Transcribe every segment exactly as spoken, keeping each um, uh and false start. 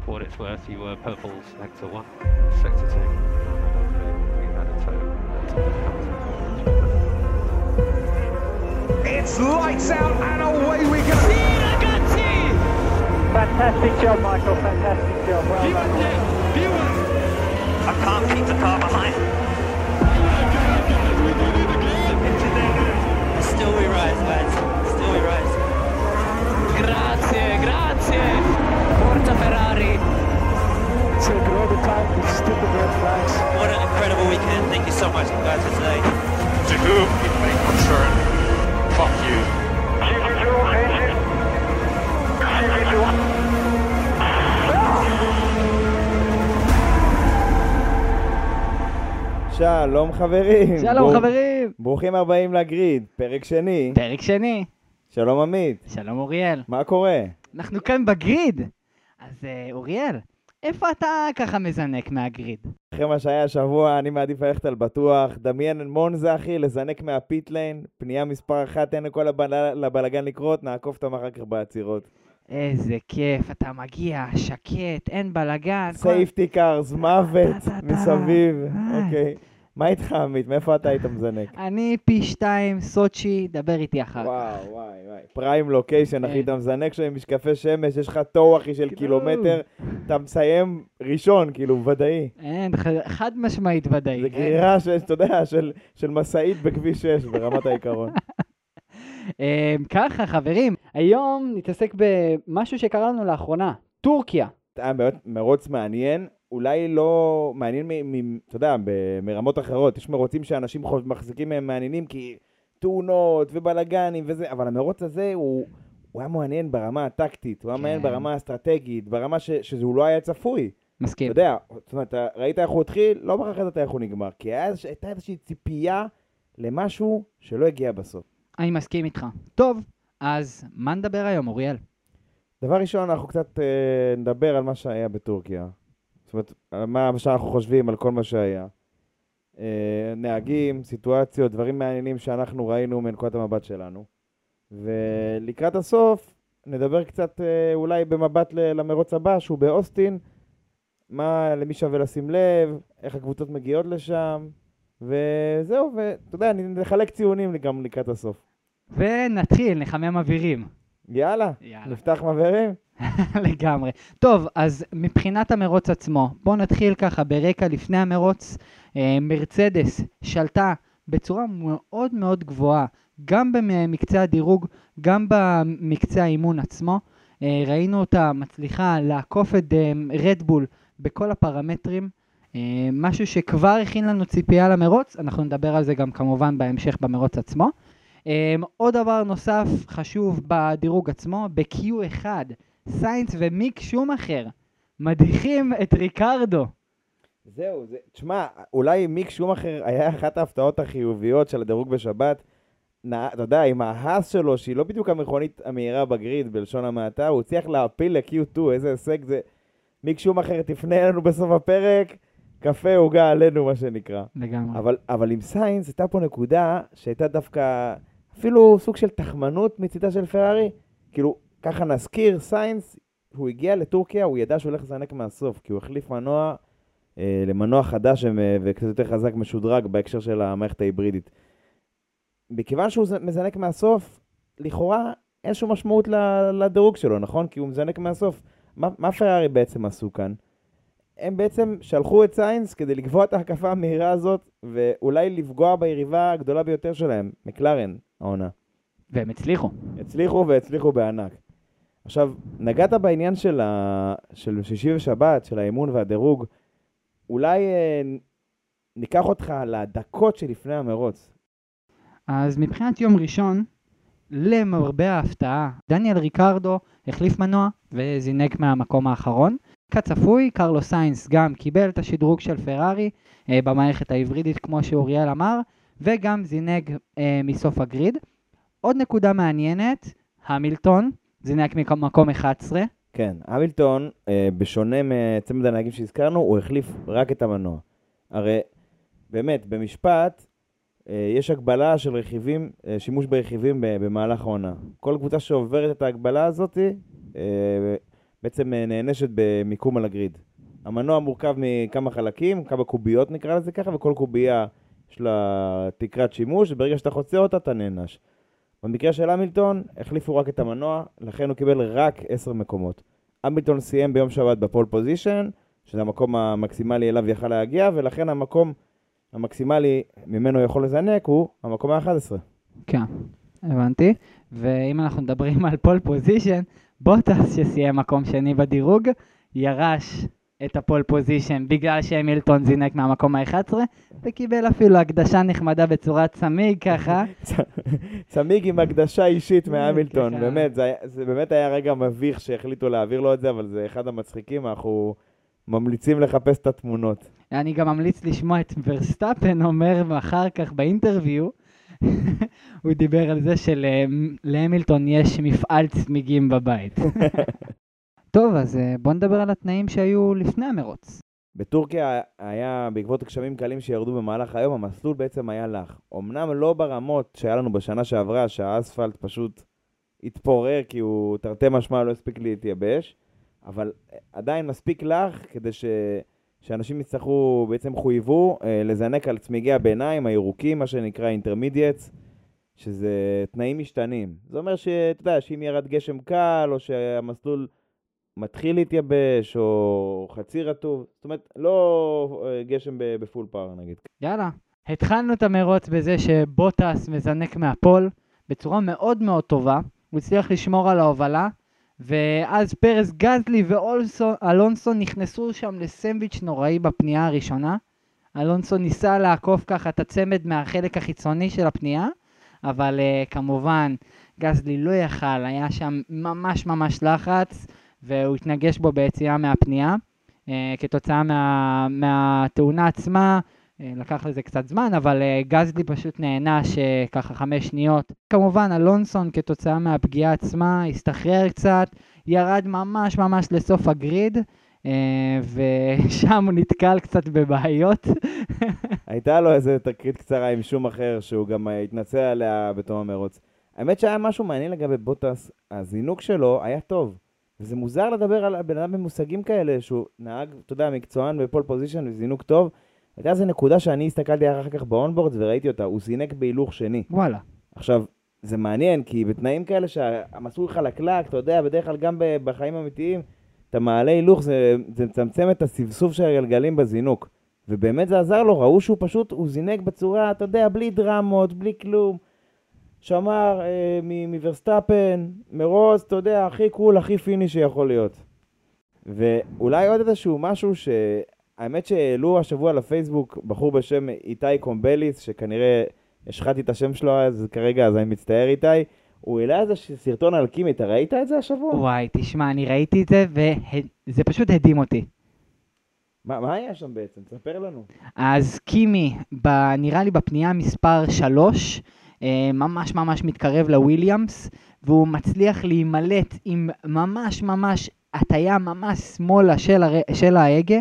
For what it's worth, you were purple sector one, sector two. We had a total. It's lights out and away we go. Fantastic job, Michael. Fantastic job. Well done. I can't keep the car behind. Still we rise, lads. Still we rise. Grazie, grazie. Forza Ferrari. So good all the time. It's stupid red flags. What an incredible weekend. Thank you so much, guys, for today. To whom it may concern, fuck you. שלום חברים. שלום חברים. ברוכים הבאים לגריד, פרק שני. פרק שני. שלום עמית. שלום אוריאל. מה קורה? אנחנו כאן בגריד. אז אוריאל, איפה אתה ככה מזנק מהגריד? אחרי מה שהיה השבוע, אני מעדיף ללכת על בטוח. דמיין מונזה אחי, לזנק מהפיט ליין. פנייה מספר אחת, אין לכל לבלגן לקרות, נעקוף אותם אחר כך בעצירות. איזה כיף, אתה מגיע, שקט, אין בלגן. סייפטי קארס, מוות מסביב. אוקיי. מה איתך עמית? מאיפה אתה היית מזנק? אני פי שתיים, סוצ'י, דבר איתי אחר כך. וואו, וואי, וואי. פריים לוקיישן, אחי, אתה מזנק שם עם משקפי שמש, יש לך תור, אחי, של קילומטר, אתה מסיים ראשון, כאילו, ודאי. אין, חד משמעית ודאי. זה גרירה, אתה יודע, של מסעית בכביש שש, ברמת העיקרון. ככה, חברים, היום נתעסק במשהו שקרה לנו לאחרונה, טורקיה. היה באמת מרוץ מעניין. אולי לא מעניין, אתה יודע, מרמות אחרות. יש מרוצים שאנשים מחזיקים מהם מעניינים כי תאונות ובלגנים וזה, אבל המרוץ הזה הוא, הוא היה מעניין ברמה הטקטית, הוא היה מעניין ברמה האסטרטגית, ברמה ש, שזה לא היה צפוי. מסכים. אתה יודע, זאת אומרת, ראית איך הוא התחיל, לא בכך ידעת איך הוא נגמר, כי הייתה איזושהי ציפייה למשהו שלא הגיע בסוף. אני מסכים איתך. טוב, אז מה נדבר היום, אוריאל? דבר ראשון, אנחנו קצת אה, נדבר על מה שהיה בטורקיה. זאת אומרת, מה שאנחנו חושבים על כל מה שהיה. אה, נהגים, סיטואציות, דברים מעניינים שאנחנו ראינו מנקודת המבט שלנו. ולקראת הסוף, נדבר קצת אה, אולי במבט למרוץ הבא, שהוא באוסטין, מה למי שווה לשים לב, איך הקבוצות מגיעות לשם, וזהו, ואתה יודע, נחלק ציונים גם לקראת הסוף. ונתחיל, נחמם אווירים. יאללה, יאללה. נפתח מבהרים? לגמרי. טוב, אז מבחינת המרוץ עצמו, בואו נתחיל ככה ברקע לפני המרוץ. מרצדס שלטה בצורה מאוד מאוד גבוהה, גם במקצה הדירוג, גם במקצה האימון עצמו. ראינו אותה מצליחה לעקוף את רדבול בכל הפרמטרים, משהו שכבר הכין לנו ציפייה למרוץ, אנחנו נדבר על זה גם כמובן בהמשך במרוץ עצמו. עוד דבר נוסף חשוב בדירוג עצמו, ב-קיו אחת, סיינס ומיק שומאחר מדריכים את ריקרדו. זהו, זה, תשמע, אולי מיק שומאחר היה אחת ההפתעות החיוביות של הדירוג בשבת. נע, אתה יודע, עם ההס שלו, שהיא לא בדיוק המכונית המהירה בגריד בלשון המעטה, הוא הצליח להפיל ל-קיו שתיים, איזה הישג זה. מיק שומאחר תפנה לנו בסוף הפרק, קפה הוגה עלינו מה שנקרא. לגמרי. אבל, אבל עם סיינס הייתה פה נקודה שהייתה דווקא אפילו סוג של תחמנות מצידה של פרארי. כאילו, ככה נזכיר, סיינס, הוא הגיע לטורקיה, הוא ידע שהוא הולך לזנק מהסוף, כי הוא החליף מנוע אה, למנוע חדש וקצת יותר חזק משודרג בהקשר של המערכת ההיברידית. מכיוון שהוא מזנק מהסוף, לכאורה אין שום משמעות לדירוג שלו, נכון? כי הוא מזנק מהסוף. מה, מה פרארי בעצם עשו כאן? הם בעצם שלחו את סיינס כדי לקבוע את ההקפה המהירה הזאת, ואולי לפגוע ביריבה הגדולה ביותר שלהם, מקלרן, העונה. והם הצליחו. הצליחו והצליחו בענק. עכשיו, נגעת בעניין של, ה... של שישי ושבת, של האימון והדירוג, אולי אה, ניקח אותך לדקות שלפני המרוץ. אז מבחינת יום ראשון, למרבה ההפתעה, דניאל ריקרדו החליף מנוע וזינק מהמקום האחרון. כצפוי, קרלוס סיינס גם קיבל את השדרוג של פרארי אה, במערכת ההיברידית כמו שאוריאל אמר, וגם זינק אה, מסוף הגריד. עוד נקודה מעניינת, המילטון זינק ממקום אחת עשרה. כן, המילטון, אה, בשונה מצמד הנהגים שהזכרנו, הוא החליף רק את המנוע. הרי באמת, במשפט, אה, יש הגבלה של רכיבים, אה, שימוש ברכיבים במהלך העונה. כל קבוצה שעוברת את ההגבלה הזאת, אה, בעצם נענשת במיקום על הגריד. המנוע מורכב מכמה חלקים, כמה קוביות נקרא לזה ככה, וכל קובייה יש לה תקרת שימוש, וברגע שאתה חוצה אותה אתה נענש. במקרה של המילטון, החליפו רק את המנוע, לכן הוא קיבל רק עשר מקומות. המילטון סיים ביום שבת בפול פוזישן, שזה המקום המקסימלי אליו יכל להגיע, ולכן המקום המקסימלי ממנו יכול לזנק הוא המקום ה-אחד עשר. כן, הבנתי. ואם אנחנו מדברים על פול פוזישן, בוטס שסיים מקום שני בדירוג, ירש את הפול פוזישן בגלל שהמילטון זינק מהמקום ה-אחד עשר, וקיבל אפילו הקדשה נחמדה בצורת צמיג ככה. צמיג עם הקדשה אישית מהמילטון, באמת, זה, זה באמת היה רגע מביך שהחליטו להעביר לו את זה, אבל זה אחד המצחיקים, אנחנו ממליצים לחפש את התמונות. אני גם ממליץ לשמוע את ורסטאפן אומר אחר כך באינטרוויו, הוא דיבר על זה שלהמילטון יש מפעל צמיגים בבית. טוב, אז בוא נדבר על התנאים שהיו לפני המרוץ. בטורקיה היה, בעקבות גשמים קלים שירדו במהלך היום, המסלול בעצם היה לח. אמנם לא ברמות שהיה לנו בשנה שעברה, שהאספלט פשוט התפורר כי הוא תרתי משמע לא הספיק להתייבש, אבל עדיין מספיק לח כדי ש... שאנשים יצטרכו, בעצם חויבו אה, לזנק על צמיגי הביניים הירוקים, מה שנקרא אינטרמידיאטס, שזה תנאים משתנים. זה אומר שאתה יודע, שאם ירד גשם קל, או שהמסלול מתחיל להתייבש, או חצי רטוב, זאת אומרת, לא אה, גשם בפול פאר נגיד. יאללה, התחלנו את המרוץ בזה שבוטס מזנק מהפול, בצורה מאוד מאוד טובה, הוא הצליח לשמור על ההובלה, ואז פרס גזלי ואלונסו נכנסו שם לסנדוויץ' נוראי בפנייה הראשונה. אלונסו ניסה לעקוף ככה את הצמד מהחלק החיצוני של הפנייה, אבל uh, כמובן גזלי לא יכל, היה שם ממש ממש לחץ, והוא התנגש בו ביציאה מהפנייה. Uh, כתוצאה מה, מהתאונה עצמה, uh, לקח לזה קצת זמן, אבל uh, גזלי פשוט נענש uh, ככה חמש שניות. כמובן אלונסון כתוצאה מהפגיעה עצמה הסתחרר קצת, ירד ממש ממש לסוף הגריד, uh, ושם הוא נתקל קצת בבעיות. הייתה לו איזה תקרית קצרה עם שום אחר, שהוא גם התנצל עליה בתום המרוץ. האמת שהיה משהו מעניין לגבי בוטס, הזינוק שלו היה טוב. וזה מוזר לדבר על בן אדם במושגים כאלה, שהוא נהג, אתה יודע, מקצוען בפול פוזישן וזינוק טוב. הייתה איזו נקודה שאני הסתכלתי אחר כך באונבורד וראיתי אותה, הוא זינק בהילוך שני. וואלה. עכשיו, זה מעניין, כי בתנאים כאלה שהמסלול חלקלק, אתה יודע, בדרך כלל גם בחיים אמיתיים, אתה מעלה הילוך, זה, זה מצמצם את הסבסוב של הגלגלים בזינוק. ובאמת זה עזר לו, ראו שהוא פשוט, הוא זינק בצורה, אתה יודע, בלי דרמות, בלי כלום. שמר אה, מוורסטאפן, מרוץ, אתה יודע, הכי קול, הכי פיני שיכול להיות. ואולי עוד איזשהו משהו שהאמת שהעלו השבוע לפייסבוק, בחור בשם איתי קומבליס, שכנראה השחטתי את השם שלו אז כרגע, אז אני מצטער איתי, הוא העלה איזה סרטון על קימי, אתה ראית את זה השבוע? וואי, תשמע, אני ראיתי את זה, וזה פשוט הדהים אותי. מה, מה היה שם בעצם? תספר לנו. אז קימי, ב, נראה לי בפנייה מספר שלוש, ממש ממש מתקרב לוויליאמס, והוא מצליח להימלט עם ממש ממש הטיה ממש שמאלה של, הר... של ההגה,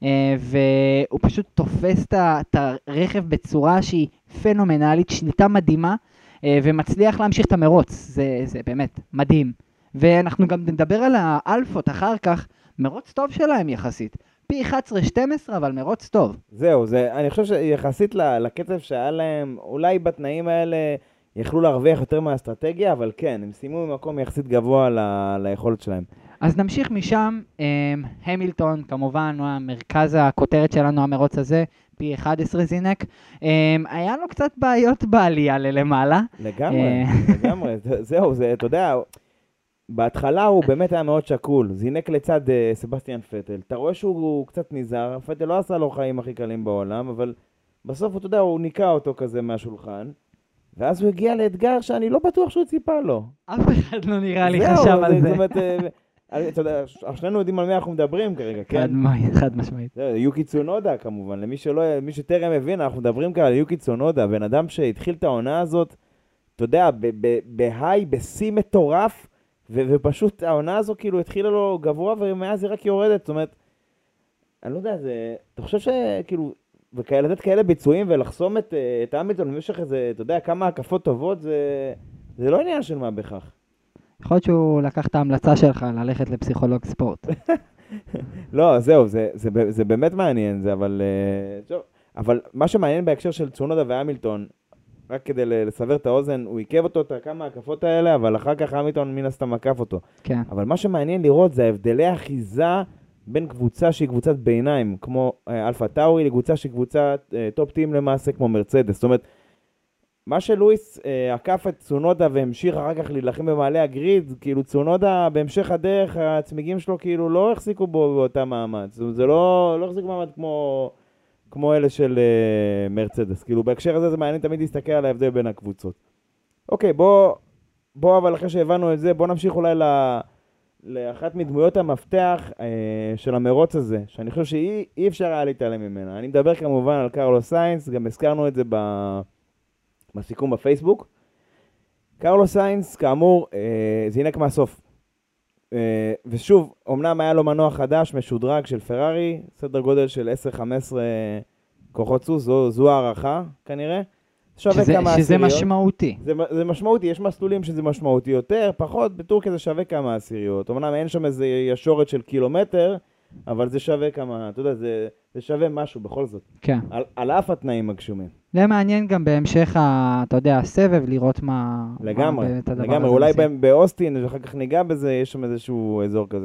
והוא פשוט תופס את הרכב בצורה שהיא פנומנלית, שליטה מדהימה, ומצליח להמשיך את המרוץ. זה, זה באמת מדהים. ואנחנו גם נדבר על האלפות אחר כך, מרוץ טוב שלהם יחסית. פי אחת עשרה שתים עשרה, אבל מרוץ טוב. זהו, זה, אני חושב שיחסית לקצב שהיה להם, אולי בתנאים האלה יכלו להרוויח יותר מהאסטרטגיה, אבל כן, הם סיימו ממקום יחסית גבוה ל, ליכולת שלהם. אז נמשיך משם, המילטון, כמובן, הוא המרכז הכותרת שלנו, המרוץ הזה, פי אחת עשרה זינק. היה לו קצת בעיות בעלייה ללמעלה. לגמרי, לגמרי, זהו, זה, אתה יודע, בהתחלה הוא באמת היה מאוד שקול, זינק לצד uh, סבסטיאן פטל. אתה רואה שהוא קצת ניזר, פטל לא עשה לו חיים הכי קלים בעולם, אבל בסוף אתה יודע, הוא ניקה אותו כזה מהשולחן, ואז הוא הגיע לאתגר שאני לא בטוח שהוא ציפה לו. אף אחד לא נראה לי חשב על זה. זאת אומרת, אתה יודע, שנינו יודעים על מי אנחנו מדברים כרגע, כן? חד משמעית. יוקי צונודה כמובן, למי שלא, מי שטרם הבין, אנחנו מדברים כאן על יוקי צונודה, בן אדם שהתחיל את העונה הזאת, אתה יודע, בהיי, בשיא מטורף, ו- ופשוט העונה הזו כאילו התחילה לו גבוה ומאז היא רק יורדת, זאת אומרת, אני לא יודע, זה, אתה חושב שכאילו, וכאלה, לתת כאלה ביצועים ולחסום את, את המילטון במשך איזה, אתה יודע, כמה הקפות טובות, זה, זה לא עניין של מה בכך. יכול להיות שהוא לקח את ההמלצה שלך ללכת לפסיכולוג ספורט. לא, זהו, זה, זה, זה, זה באמת מעניין, זה, אבל, uh, טוב, אבל מה שמעניין בהקשר של צונודה והמילטון, רק כדי לסבר את האוזן, הוא עיכב אותו את כמה הקפות האלה, אבל אחר כך המילטון מן הסתם עקף אותו. כן. אבל מה שמעניין לראות זה הבדלי אחיזה בין קבוצה שהיא קבוצת ביניים, כמו אלפה טאורי, לקבוצה שהיא קבוצת טופ טים למעשה, כמו מרצדס. זאת אומרת, מה שלואיס אה, עקף את צונודה והמשיך אחר כך להילחם במעלה הגריד, כאילו צונודה בהמשך הדרך, הצמיגים שלו כאילו לא החזיקו בו באותה מעמד. זאת אומרת, זה לא, לא החזיק מעמד כמו, כמו אלה של אה, מרצדס. כאילו בהקשר הזה זה מעניין תמיד להסתכל על ההבדל בין הקבוצות. אוקיי, בוא, בוא אבל אחרי שהבנו את זה, בוא נמשיך אולי ל... לאחת מדמויות המפתח אה, של המרוץ הזה, שאני חושב שאי אי אפשר היה להתעלם ממנה. אני מדבר כמובן על קרלוס סיינס, גם הזכרנו את זה ב... בסיכום בפייסבוק. קרלוס סיינס, כאמור, אה, זינק מהסוף. אה, ושוב, אמנם היה לו מנוע חדש, משודרג של פרארי, סדר גודל של עשר חמש עשרה כוחות סוס, זו, זו הערכה כנראה. שווה שזה, כמה שזה עשיריות. משמעותי. זה, זה משמעותי, יש מסלולים שזה משמעותי יותר, פחות, בטורקיה זה שווה כמה עשיריות. אמנם אין שם איזה ישורת של קילומטר, אבל זה שווה כמה, אתה יודע, זה, זה שווה משהו בכל זאת. כן. על, על אף התנאים הגשומים. זה מעניין גם בהמשך, ה, אתה יודע, הסבב, לראות מה... לגמרי, מה באמת הדבר לגמרי. הזה אולי מציע. באוסטין, ואחר כך ניגע בזה, יש שם איזשהו אזור כזה.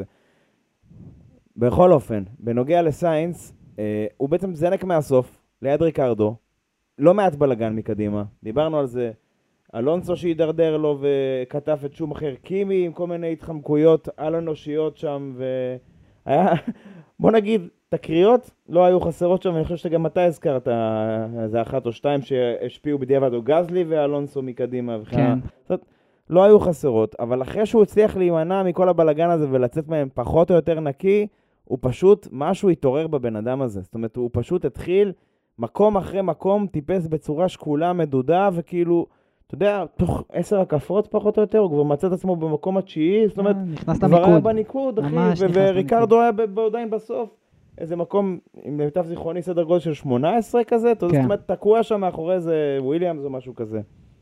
בכל אופן, בנוגע לסיינס, אה, הוא בעצם זנק מהסוף, ליד ריקרדו, לא מעט בלגן מקדימה, דיברנו על זה, אלונסו שהידרדר לו וכתב את שום אחר, קימי עם כל מיני התחמקויות על אנושיות שם, והיה, בוא נגיד, תקריות לא היו חסרות שם, ואני חושב שגם אתה הזכרת איזה אחת או שתיים שהשפיעו בדיעבד, או גזלי ואלונסו מקדימה וכן. כן. זאת אומרת, לא היו חסרות, אבל אחרי שהוא הצליח להימנע מכל הבלגן הזה ולצאת מהם פחות או יותר נקי, הוא פשוט, משהו התעורר בבן אדם הזה. זאת אומרת, הוא פשוט התחיל מקום אחרי מקום, טיפס בצורה שקולה, מדודה, וכאילו, אתה יודע, תוך עשר הקפות פחות או יותר, הוא כבר מצא את עצמו במקום התשיעי, זאת אומרת, נכנס כבר היה למיקוד. בניקוד, אחי, ממש ו- נכנס וריקרדו היה ב- עדיין בסוף, איזה מקום, עם למיטב זיכרוני, סדר גודל של שמונה עשרה כזה, אתה יודע, כן. זאת אומרת, תקוע שם מאחורי איזה וויליאמס או משהו כזה.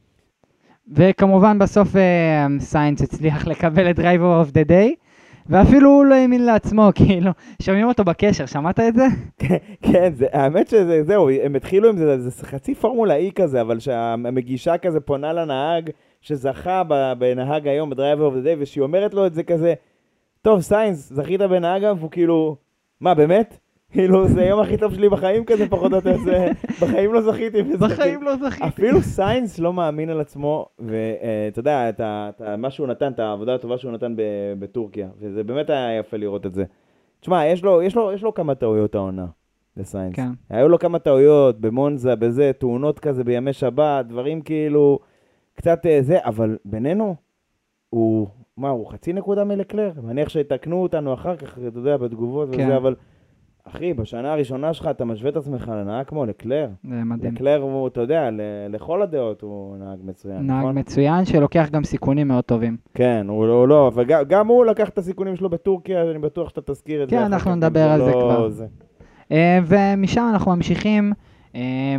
וכמובן בסוף אה, סיינס הצליח לקבל את Driver of the Day, ואפילו הוא לא האמין לעצמו, כאילו, שומעים אותו בקשר, שמעת את זה? כן, זה, האמת שזה, זהו, הם התחילו עם זה, זה חצי פורמולה אי כזה, אבל שהמגישה כזה פונה לנהג שזכה בנהג היום, בדרייבר אוף דה דיי, ושהיא אומרת לו את זה כזה, טוב, סיינס, זכית בנהג, והוא כאילו, מה, באמת? כאילו, זה היום הכי טוב שלי בחיים כזה, פחות או יותר, זה, בחיים לא זכיתי. בחיים לא זכיתי. אפילו סיינס לא מאמין על עצמו, ואתה יודע, את ה- את ה- מה שהוא נתן, את העבודה הטובה שהוא נתן ב- בטורקיה, וזה באמת היה יפה לראות את זה. תשמע, יש לו, יש לו, יש לו כמה טעויות העונה לסיינס. כן. היו לו כמה טעויות במונזה, בזה, תאונות כזה בימי שבת, דברים כאילו, קצת אה, זה, אבל בינינו, הוא, מה, הוא חצי נקודה מלקלר? מניח שיתקנו אותנו אחר כך, אתה יודע, בתגובות כן. וזה, אבל אחי, בשנה הראשונה שלך אתה משווה את עצמך לנהג כמו לקלר. זה מדהים. לקלר הוא, אתה יודע, ל- לכל הדעות הוא נהג מצוין, נהג נכון? מצוין שלוקח גם סיכונים מאוד טובים. כן, הוא לא, הוא לא, אבל גם, גם הוא לקח את הסיכונים שלו בטורקיה, אני בטוח שאתה תזכיר את כן, זה. אחר אנחנו כך, נדבר אם על זה לא כבר. זה. אה, ומשם אנחנו ממשיכים, אה,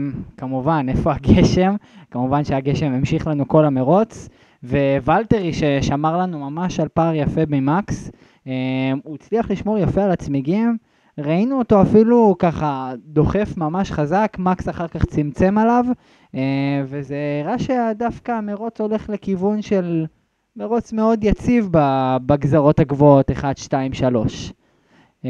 כמובן, איפה הגשם? כמובן שהגשם המשיך לנו כל המרוץ, ווולטרי ששמר לנו ממש על פער יפה ממקס, אה, הוא הצליח לשמור יפה על הצמיגים, ראינו אותו אפילו ככה דוחף ממש חזק, מקס אחר כך צמצם עליו, אה, וזה הראה שדווקא המרוץ הולך לכיוון של מרוץ מאוד יציב ב- בגזרות הגבוהות אחת, שתיים, שלוש. Uh,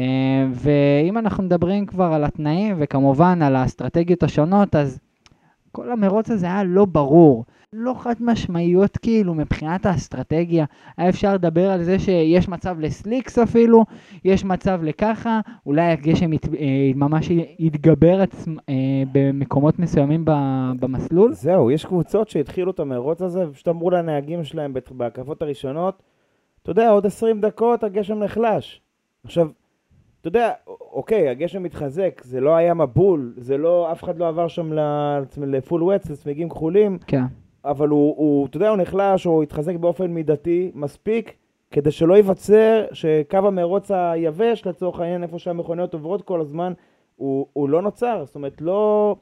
ואם אנחנו מדברים כבר על התנאים וכמובן על האסטרטגיות השונות, אז כל המרוץ הזה היה לא ברור, לא חד משמעיות כאילו מבחינת האסטרטגיה. היה אפשר לדבר על זה שיש מצב לסליקס אפילו, יש מצב לככה, אולי הגשם ית, uh, ממש יתגבר עצמ, uh, במקומות מסוימים ב- במסלול. זהו, יש קבוצות שהתחילו את המרוץ הזה, ופשוט אמרו לנהגים שלהם בת- בהקפות הראשונות, אתה יודע, עוד עשרים דקות הגשם נחלש. עכשיו, אתה יודע, אוקיי, הגשם מתחזק, זה לא היה מבול, זה לא, אף אחד לא עבר שם לפול ווטס, לצמיגים כחולים, כן. אבל הוא, הוא, אתה יודע, הוא נחלש, או התחזק באופן מידתי, מספיק, כדי שלא ייווצר שקו המרוץ היבש, לצורך העניין, איפה שהמכוניות עוברות כל הזמן, הוא, הוא לא נוצר, זאת אומרת, לא,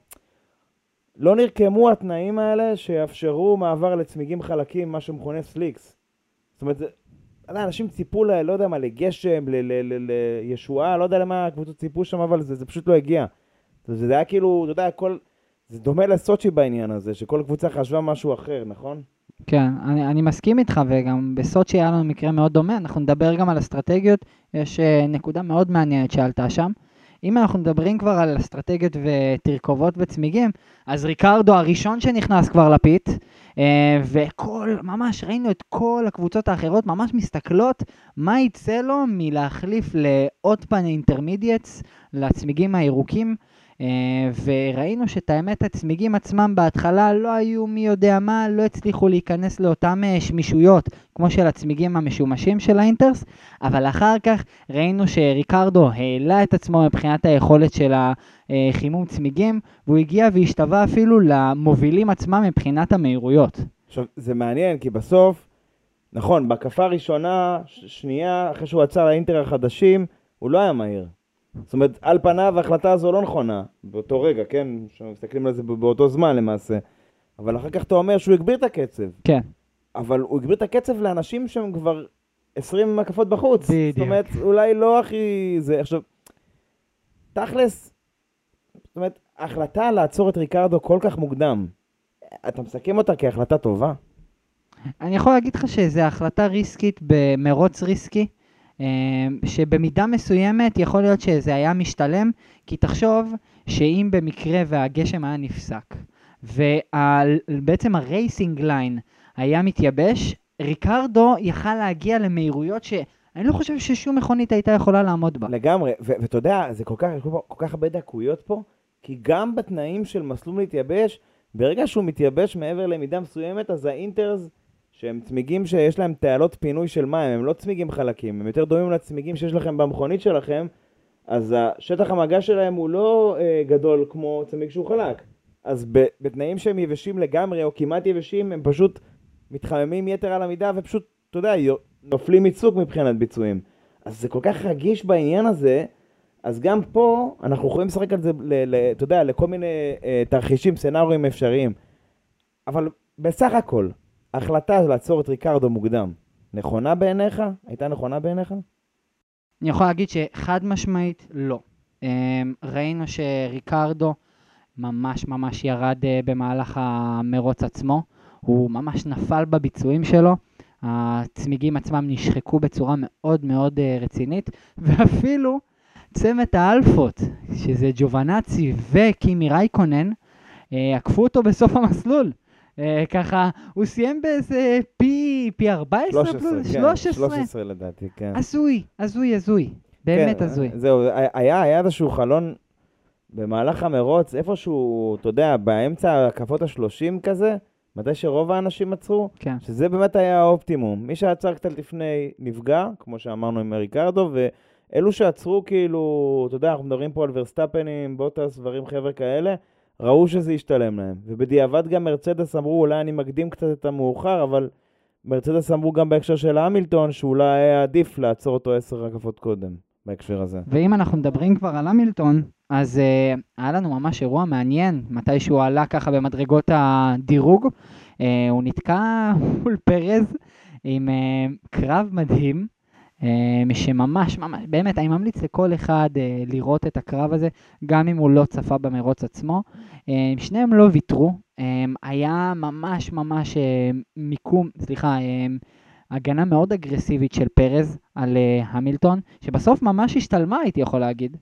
לא נרקמו התנאים האלה שיאפשרו מעבר לצמיגים חלקים, מה שמכונה סליקס. זאת זאת אומרת, זה, אנשים ציפו, ל, לא יודע מה, לגשם, ל, ל, ל, לישועה, לא יודע למה הקבוצות ציפו שם, אבל זה, זה פשוט לא הגיע. זה, זה היה כאילו, אתה יודע, כל, זה דומה לסוצ'י בעניין הזה, שכל קבוצה חשבה משהו אחר, נכון? כן, אני, אני מסכים איתך, וגם בסוצ'י היה לנו מקרה מאוד דומה, אנחנו נדבר גם על אסטרטגיות, יש uh, נקודה מאוד מעניינת שעלתה שם. אם אנחנו מדברים כבר על אסטרטגיות ותרכובות וצמיגים, אז ריקרדו הראשון שנכנס כבר לפיט, uh, וכל, ממש ראינו את כל הקבוצות האחרות ממש מסתכלות מה יצא לו מלהחליף לעוד פן אינטרמידיאטס, לצמיגים הירוקים, Uh, וראינו שאת האמת הצמיגים עצמם בהתחלה לא היו מי יודע מה, לא הצליחו להיכנס לאותם uh, שמישויות כמו של הצמיגים המשומשים של האינטרס, אבל אחר כך ראינו שריקרדו העלה את עצמו מבחינת היכולת של החימום צמיגים, והוא הגיע והשתווה אפילו למובילים עצמם מבחינת המהירויות. עכשיו, זה מעניין כי בסוף, נכון, בהקפה הראשונה, ש- שנייה, אחרי שהוא עצר לאינטר החדשים, הוא לא היה מהיר. זאת אומרת, על פניו ההחלטה הזו לא נכונה, באותו רגע, כן? שמסתכלים על זה באותו זמן למעשה. אבל אחר כך אתה אומר שהוא הגביר את הקצב. כן. אבל הוא הגביר את הקצב לאנשים שהם כבר עשרים מקפות בחוץ. בדיוק. זאת אומרת, אולי לא הכי... זה, עכשיו, תכלס, זאת אומרת, ההחלטה לעצור את ריקרדו כל כך מוקדם, אתה מסכם אותה כהחלטה טובה? אני יכול להגיד לך שזו החלטה ריסקית במרוץ ריסקי, שבמידה מסוימת יכול להיות שזה היה משתלם, כי תחשוב שאם במקרה והגשם היה נפסק, ובעצם הרייסינג ליין היה מתייבש, ריקרדו יכל להגיע למהירויות שאני לא חושב ששום מכונית הייתה יכולה לעמוד בה. לגמרי, ואתה יודע, זה כל כך, כל כך הרבה דקויות פה, כי גם בתנאים של מסלול להתייבש, ברגע שהוא מתייבש מעבר למידה מסוימת, אז האינטרס שהם צמיגים שיש להם תעלות פינוי של מים, הם לא צמיגים חלקים, הם יותר דומים לצמיגים שיש לכם במכונית שלכם, אז השטח המגע שלהם הוא לא אה, גדול כמו צמיג שהוא חלק. אז ב- בתנאים שהם יבשים לגמרי או כמעט יבשים, הם פשוט מתחממים יתר על המידה ופשוט, אתה יודע, נופלים מצוק מבחינת ביצועים. אז זה כל כך רגיש בעניין הזה, אז גם פה אנחנו יכולים לשחק על זה, ל- ל- אתה יודע, לכל מיני אה, תרחישים, סנאריים אפשריים. אבל בסך הכל, ההחלטה לעצור את ריקרדו מוקדם, נכונה בעיניך? הייתה נכונה בעיניך? אני יכול להגיד שחד משמעית לא. ראינו שריקרדו ממש ממש ירד במהלך המרוץ עצמו, הוא ממש נפל בביצועים שלו, הצמיגים עצמם נשחקו בצורה מאוד מאוד רצינית, ואפילו צמד האלפות, שזה ג'ובנאצי וקימי רייקונן, עקפו אותו בסוף המסלול. Uh, ככה, הוא סיים באיזה פי, פי ארבע עשרה? שלוש עשרה, פלוס, כן, שלוש עשרה. שלוש עשרה לדעתי, כן. הזוי, הזוי, הזוי. באמת כן, הזוי. זהו, היה, היה איזשהו חלון במהלך המרוץ, איפשהו, אתה יודע, באמצע הקפות השלושים כזה, מתי שרוב האנשים עצרו, כן. שזה באמת היה האופטימום. מי שעצר קצת לפני נפגע, כמו שאמרנו עם ריקרדו, ואלו שעצרו כאילו, אתה יודע, אנחנו מדברים פה על ורסטאפנים, בוטס, דברים חבר'ה כאלה, ראו שזה ישתלם להם. ובדיעבד גם מרצדס אמרו, אולי אני מקדים קצת את המאוחר, אבל מרצדס אמרו גם בהקשר של המילטון, שאולי היה עדיף לעצור אותו עשר הקפות קודם, בהקשר הזה. ואם אנחנו מדברים כבר על המילטון, אז uh, היה לנו ממש אירוע מעניין, מתי שהוא עלה ככה במדרגות הדירוג, uh, הוא נתקע מול פרז עם uh, קרב מדהים, uh, שממש ממש, באמת אני ממליץ לכל אחד uh, לראות את הקרב הזה, גם אם הוא לא צפה במרוץ עצמו, uh, שניהם לא ויתרו, uh, היה ממש ממש uh, מיקום, סליחה, uh, הגנה מאוד אגרסיבית של פרז על uh, המילטון, שבסוף ממש השתלמה, הייתי יכול להגיד.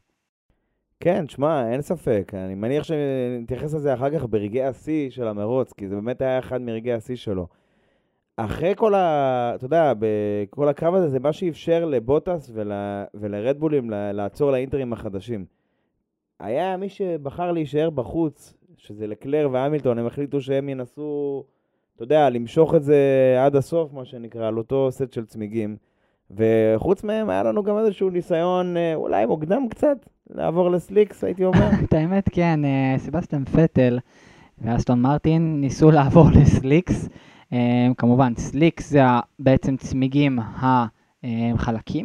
כן, תשמע, אין ספק. אני מניח שנתייחס לזה אחר כך ברגעי השיא של המרוץ, כי זה באמת היה אחד מרגעי השיא שלו. אחרי כל ה... אתה יודע, בכל הקרב הזה, זה מה שאפשר לבוטס ול... ולרדבולים לעצור לאינטרים החדשים. היה מי שבחר להישאר בחוץ, שזה לקלר והמילטון, הם החליטו שהם ינסו, אתה יודע, למשוך את זה עד הסוף, מה שנקרא, על אותו סט של צמיגים. וחוץ מהם היה לנו גם איזשהו ניסיון, אולי מוקדם קצת, לעבור לסליקס, הייתי אומר. את האמת, כן, סבסטיאן פטל ואסטון מרטין ניסו לעבור לסליקס. כמובן, סליקס זה בעצם צמיגים החלקים,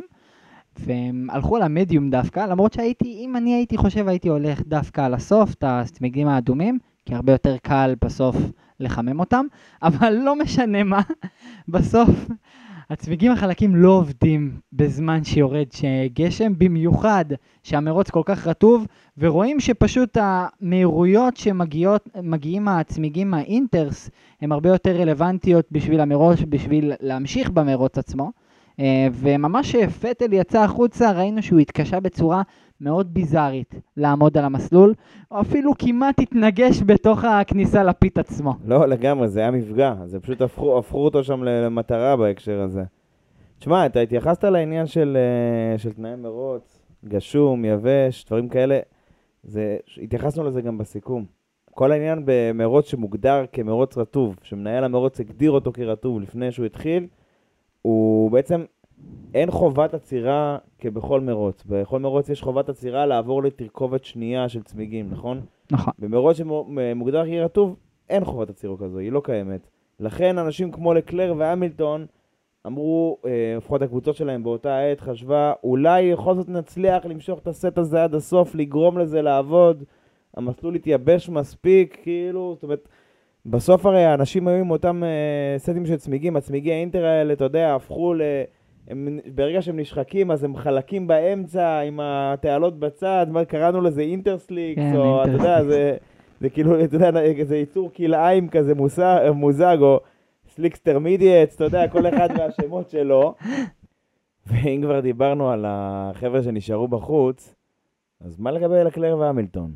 והם הלכו על המדיום דווקא, למרות שהייתי, אם אני הייתי חושב, הייתי הולך דווקא על הסוף, את הצמיגים האדומים, כי הרבה יותר קל בסוף לחמם אותם, אבל לא משנה מה, בסוף הצמיגים החלקים לא עובדים בזמן שיורד גשם, במיוחד שהמרוץ כל כך רטוב, ורואים שפשוט המהירויות שמגיעים הצמיגים האינטרס, הן הרבה יותר רלוונטיות בשביל המרוץ, בשביל להמשיך במרוץ עצמו. וממש פטל יצא החוצה, ראינו שהוא התקשה בצורה מאוד ביזארית לעמוד על המסלול, או אפילו כמעט התנגש בתוך הכניסה לפיט עצמו. לא, לגמרי, זה היה מפגע, זה פשוט הפכו, הפכו אותו שם למטרה בהקשר הזה. תשמע, אתה התייחסת לעניין של, של תנאי מרוץ, גשום, יבש, דברים כאלה, זה, התייחסנו לזה גם בסיכום. כל העניין במרוץ שמוגדר כמרוץ רטוב, שמנהל המרוץ הגדיר אותו כרטוב לפני שהוא התחיל, הוא בעצם, אין חובת עצירה כבכל מרוץ. בכל מרוץ יש חובת עצירה לעבור לתרכובת שנייה של צמיגים, נכון? נכון. במרוץ שמוגדר כרטוב, אין חובת עצירה כזו, היא לא קיימת. לכן אנשים כמו לקלר והמילטון אמרו, לפחות הקבוצות שלהם באותה עת חשבה, אולי בכל זאת נצליח למשוך את הסט הזה עד הסוף, לגרום לזה לעבוד, המסלול יתייבש מספיק, כאילו, זאת אומרת, בסוף הרי האנשים היו עם אותם uh, סטים של צמיגים, הצמיגי האינטר האלה, אתה יודע, הפכו ל... הם, ברגע שהם נשחקים, אז הם חלקים באמצע, עם התעלות בצד, מה קראנו לזה אינטרסליקס, כן, או אתה יודע, זה, זה כאילו, אתה יודע, זה ייצור כלאיים כזה מוזג, מוזג או סליקס טרמידיאטס, אתה יודע, כל אחד מהשמות שלו. ואם כבר דיברנו על החבר'ה שנשארו בחוץ, אז מה לגבי לקלר והמילטון?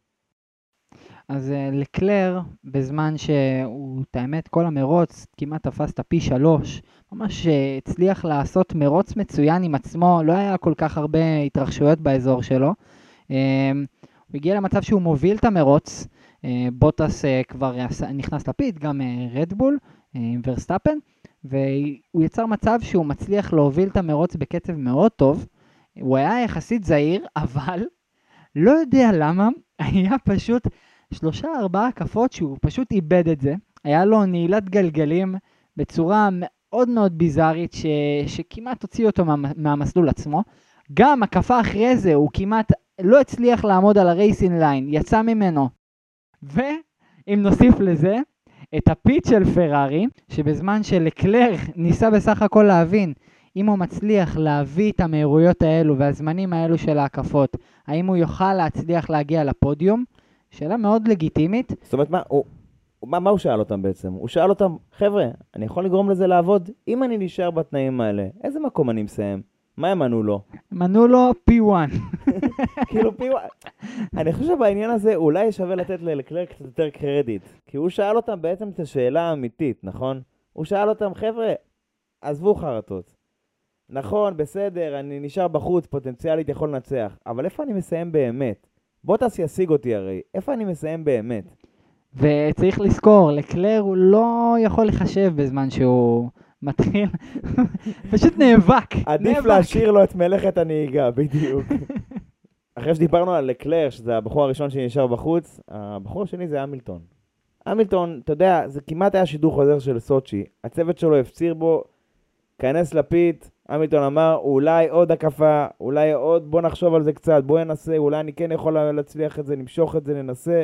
אז uh, לקלר, בזמן שהוא, את האמת, כל המרוץ כמעט תפס את הפי שלוש, ממש uh, הצליח לעשות מרוץ מצוין עם עצמו, לא היה כל כך הרבה התרחשויות באזור שלו. Uh, הוא הגיע למצב שהוא מוביל את המרוץ, uh, בוטס uh, כבר נכנס לפיט, גם רדבול, uh, עם ורסטאפן, והוא יצר מצב שהוא מצליח להוביל את המרוץ בקצב מאוד טוב. הוא היה יחסית זהיר, אבל לא יודע למה, היה פשוט שלושה ארבעה הקפות שהוא פשוט איבד את זה. היה לו נעילת גלגלים בצורה מאוד מאוד ביזארית ש... שכמעט הוציא אותו מה... מהמסלול עצמו. גם הקפה אחרי זה הוא כמעט לא הצליח לעמוד על הרייסינג ליין, יצא ממנו. ואם נוסיף לזה את הפיט של פרארי, שבזמן שלקלר ניסה בסך הכל להבין אם הוא מצליח להביא את המהירויות האלו והזמנים האלו של ההקפות, האם הוא יוכל להצליח להגיע לפודיום, שאלה מאוד לגיטימית. זאת אומרת, מה הוא, מה, מה הוא שאל אותם בעצם? הוא שאל אותם, חבר'ה, אני יכול לגרום לזה לעבוד? אם אני נשאר בתנאים האלה, איזה מקום אני מסיים? מה הם ענו לו? הם ענו לו פי וואן. כאילו פי וואן. אני חושב שבעניין הזה אולי שווה לתת ללקלר קצת יותר קרדיט. כי הוא שאל אותם בעצם את השאלה האמיתית, נכון? הוא שאל אותם, חבר'ה, עזבו חרטות. נכון, בסדר, אני נשאר בחוץ, פוטנציאלית יכול לנצח. אבל איפה אני מסיים באמת? בוטס ישיג אותי הרי. איפה אני מסיים באמת? וצריך לזכור, לקלר הוא לא יכול לחשב בזמן שהוא מתחיל. פשוט נאבק. עדיף להשאיר לו את מלאכת הנהיגה, בדיוק. אחרי שדיברנו על לקלר, שזה הבחור הראשון שנשאר בחוץ, הבחור השני זה המילטון. המילטון, אתה יודע, זה כמעט היה שידור חוזר של סוצ'י. הצוות שלו הפציר בו, כנס לפיט, המילטון אמר, אולי עוד הקפה, אולי עוד, בוא נחשוב על זה קצת, בוא ננסה, אולי אני כן יכול להצליח את זה, נמשוך את זה, ננסה.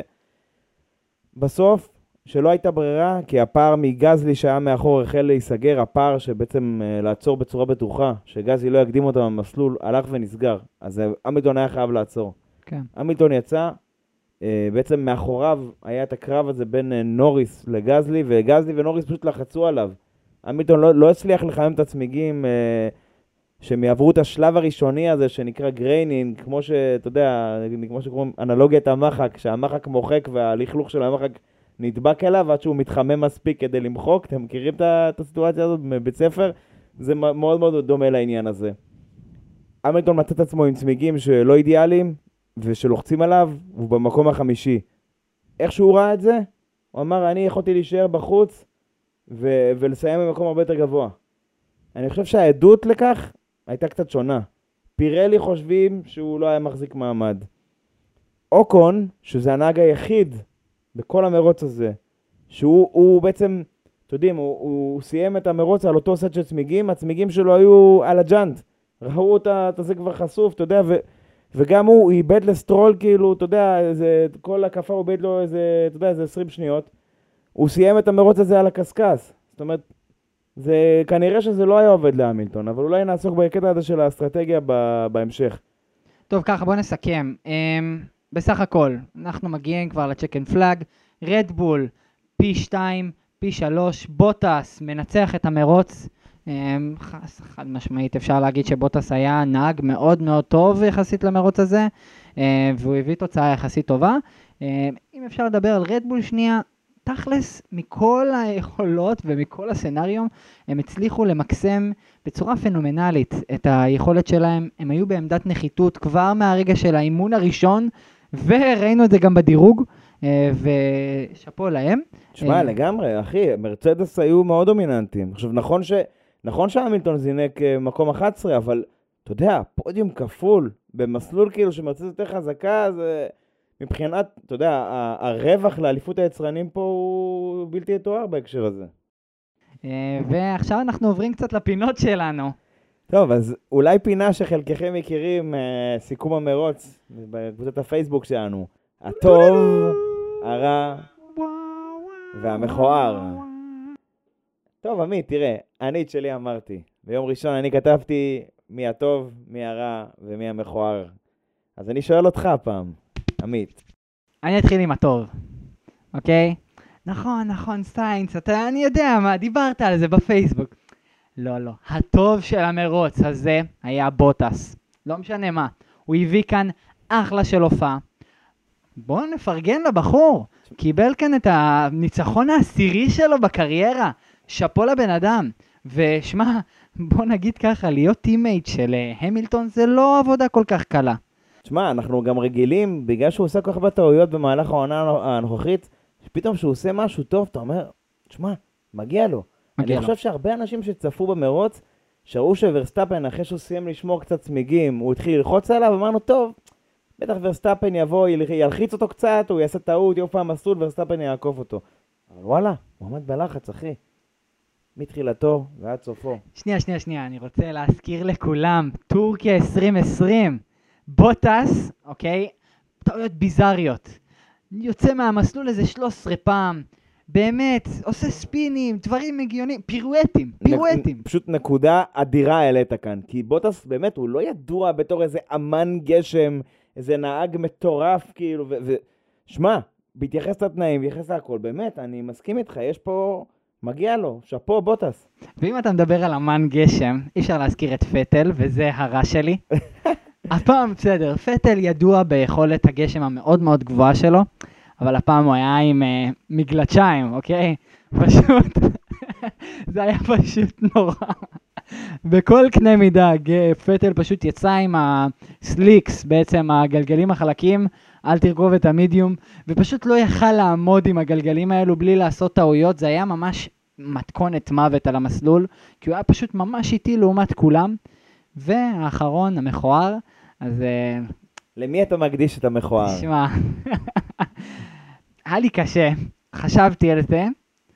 בסוף, שלא הייתה ברירה, כי הפער מגזלי שהיה מאחור החל להיסגר, הפער שבעצם uh, לעצור בצורה בטוחה, שגזלי לא יקדים אותו במסלול, הלך ונסגר. אז המילטון היה חייב לעצור. כן. המילטון יצא, uh, בעצם מאחוריו היה את הקרב הזה בין uh, נוריס לגזלי, וגזלי ונוריס פשוט לחצו עליו. המילטון לא, לא הצליח לחמם את הצמיגים אה, שהם יעברו את השלב הראשוני הזה שנקרא גריינינג, כמו שאתה יודע, כמו שקוראים אנלוגיית המחק, שהמחק מוחק והלכלוך של המחק נדבק אליו עד שהוא מתחמם מספיק כדי למחוק. אתם מכירים את הסיטואציה הזאת בבית ספר? זה מאוד מאוד דומה לעניין הזה. המילטון מצא את עצמו עם צמיגים שלא אידיאליים ושלוחצים עליו, והוא במקום החמישי. איך שהוא ראה את זה? הוא אמר, אני יכולתי להישאר בחוץ ו- ולסיים במקום הרבה יותר גבוה. אני חושב שהעדות לכך הייתה קצת שונה. פירלי חושבים שהוא לא היה מחזיק מעמד. אוקון, שזה הנהג היחיד בכל המרוץ הזה, שהוא הוא בעצם, אתם יודעים, הוא, הוא סיים את המרוץ על אותו סט של צמיגים, הצמיגים שלו היו על הג'אנט. ראו אותה, את זה כבר חשוף, אתה יודע, ו- וגם הוא איבד לסטרול, כאילו, אתה יודע, איזה, כל הקפה הוא איבד לו איזה, אתה יודע, איזה עשרים שניות. הוא סיים את המרוץ הזה על הקסקס. זאת אומרת, זה כנראה שזה לא היה עובד להמילטון, אבל אולי נעסוק בקטע הזה של האסטרטגיה ב- בהמשך. טוב, ככה בוא נסכם. Um, בסך הכל, אנחנו מגיעים כבר לצ'קן פלאג, רדבול, פי שתיים, פי שלוש, בוטס מנצח את המרוץ. Um, חד משמעית אפשר להגיד שבוטס היה נהג מאוד מאוד טוב יחסית למרוץ הזה, uh, והוא הביא תוצאה יחסית טובה. Uh, אם אפשר לדבר על רדבול שנייה, תכלס, מכל היכולות ומכל הסנריום, הם הצליחו למקסם בצורה פנומנלית את היכולת שלהם. הם היו בעמדת נחיתות כבר מהרגע של האימון הראשון, וראינו את זה גם בדירוג, ושפו להם. תשמע, לגמרי, אחי, מרצדס היו מאוד דומיננטיים. עכשיו, נכון ש... נכון שהמילטון זינק מקום אחת עשרה, אבל אתה יודע, פודיום כפול, במסלול כאילו שמרצדס יותר חזקה, זה... מבחינת, אתה יודע, הרווח לאליפות היצרנים פה הוא בלתי יתואר בהקשר הזה. ועכשיו אנחנו עוברים קצת לפינות שלנו. טוב, אז אולי פינה שחלקכם מכירים, סיכום המרוץ, בקבוצת הפייסבוק שלנו. הטוב, הרע והמכוער. טוב, עמית, תראה, אני את שלי אמרתי. ביום ראשון אני כתבתי מי הטוב, מי הרע ומי המכוער. אז אני שואל אותך פעם. עמית. אני אתחיל עם הטוב, אוקיי? נכון, נכון, סיינס, אתה, אני יודע מה, דיברת על זה בפייסבוק. לא, לא, הטוב של המרוץ הזה היה בוטס. לא משנה מה, הוא הביא כאן אחלה של הופעה. בואו נפרגן לבחור, קיבל כאן את הניצחון העשירי שלו בקריירה. שפו לבן אדם. ושמע, בוא נגיד ככה, להיות טימייט של המילטון זה לא עבודה כל כך קלה. תשמע, אנחנו גם רגילים, בגלל שהוא עושה כל כך הרבה טעויות במהלך העונה הנוכחית, שפתאום שהוא עושה משהו טוב, אתה אומר, תשמע, מגיע לו. מגיע אני לו. חושב שהרבה אנשים שצפו במרוץ, שראו שוורסטאפן, אחרי שהוא סיים לשמור קצת צמיגים, הוא התחיל ללחוץ עליו, אמרנו, טוב, בטח ורסטאפן יבוא, ילחיץ אותו קצת, הוא יעשה טעות, יופע המסלול, ורסטאפן יעקוף אותו. אבל וואלה, הוא עמד בלחץ, אחי. מתחילתו ועד סופו. שנייה, שנייה, שנייה, אני רוצה להזכיר לכולם, טורקיה עשרים עשרים, בוטס, אוקיי, טעויות ביזריות, יוצא מהמסלול איזה שלוש עשרה פעם, באמת, עושה ספינים, דברים הגיוניים, פירואטים, פירואטים. נ, פשוט נקודה אדירה העלית כאן, כי בוטס באמת הוא לא ידוע בתור איזה אמן גשם, איזה נהג מטורף כאילו, ו... ו... שמה, בהתייחס לתנאים, בהתייחס להכל, באמת, אני מסכים איתך, יש פה... מגיע לו, שפו בוטס. ואם אתה מדבר על אמן גשם, אי אפשר להזכיר את פטל, וזה הרע שלי. הפעם, בסדר, פטל ידוע ביכולת הגשם המאוד מאוד גבוהה שלו, אבל הפעם הוא היה עם uh, מגלצ'יים, אוקיי? פשוט, זה היה פשוט נורא. בכל קנה מידה, פטל פשוט יצא עם הסליקס, בעצם הגלגלים החלקים, אל תרכוב את המדיום, ופשוט לא יכל לעמוד עם הגלגלים האלו בלי לעשות טעויות, זה היה ממש מתכונת מוות על המסלול, כי הוא היה פשוט ממש איטי לעומת כולם, והאחרון, המכוער, אז... למי אתה מקדיש את המכוער? תשמע, היה לי קשה, חשבתי על זה,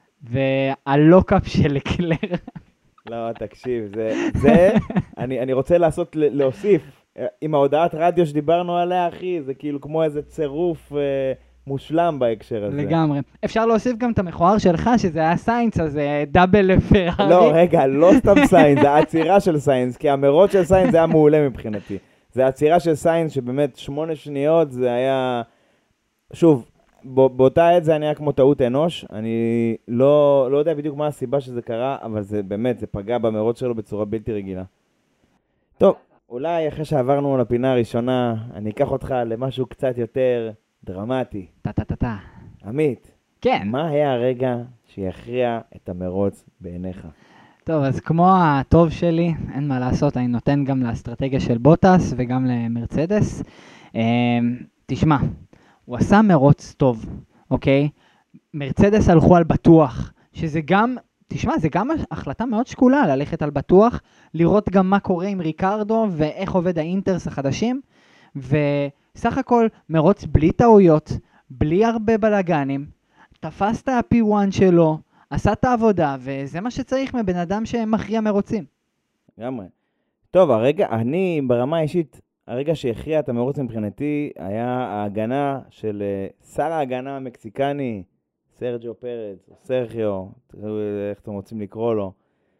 והלוקאפ של קלר. לא, תקשיב, זה, זה, אני, אני רוצה לעשות, להוסיף, עם ההודעת רדיו שדיברנו עליה, אחי, זה כאילו כמו איזה צירוף אה, מושלם בהקשר הזה. לגמרי. אפשר להוסיף גם את המכוער שלך, שזה היה סיינס, אז דאבל לפרארי. לא, רגע, לא סתם סיינס, זה העצירה של סיינס, כי המרוץ של סיינס זה היה מעולה מבחינתי. זה העצירה של סיינס שבאמת שמונה שניות, זה היה, שוב, באותה עת זה היה כמו טעות אנוש, אני לא, לא יודע בדיוק מה הסיבה שזה קרה, אבל זה באמת, זה פגע במרוץ שלו בצורה בלתי רגילה. טוב, אולי אחרי שעברנו לפינה הראשונה, אני אקח אותך למשהו קצת יותר דרמטי. טה-טה-טה-טה. עמית, כן. מה היה הרגע שיכריע את המרוץ בעיניך? טוב, אז כמו הטוב שלי, אין מה לעשות, אני נותן גם לאסטרטגיה של בוטס וגם למרצדס. תשמע, הוא עשה מרוץ טוב, אוקיי? מרצדס הלכו על בטוח, שזה גם, תשמע, זה גם החלטה מאוד שקולה, ללכת על בטוח, לראות גם מה קורה עם ריקרדו, ואיך עובד האינטרס החדשים, וסך הכל מרוץ בלי טעויות, בלי הרבה בלגנים, תפס את ה-פי וואן שלו, עשה את העבודה, וזה מה שצריך מבן אדם שמכריע מרוצים. גמרי. טוב, הרגע, אני ברמה האישית, הרגע שהכריע את המרוץ מבחינתי היה ההגנה של שר ההגנה המקסיקני, סרג'יו פרץ, או סרחיו, תראו איך אתם רוצים לקרוא לו.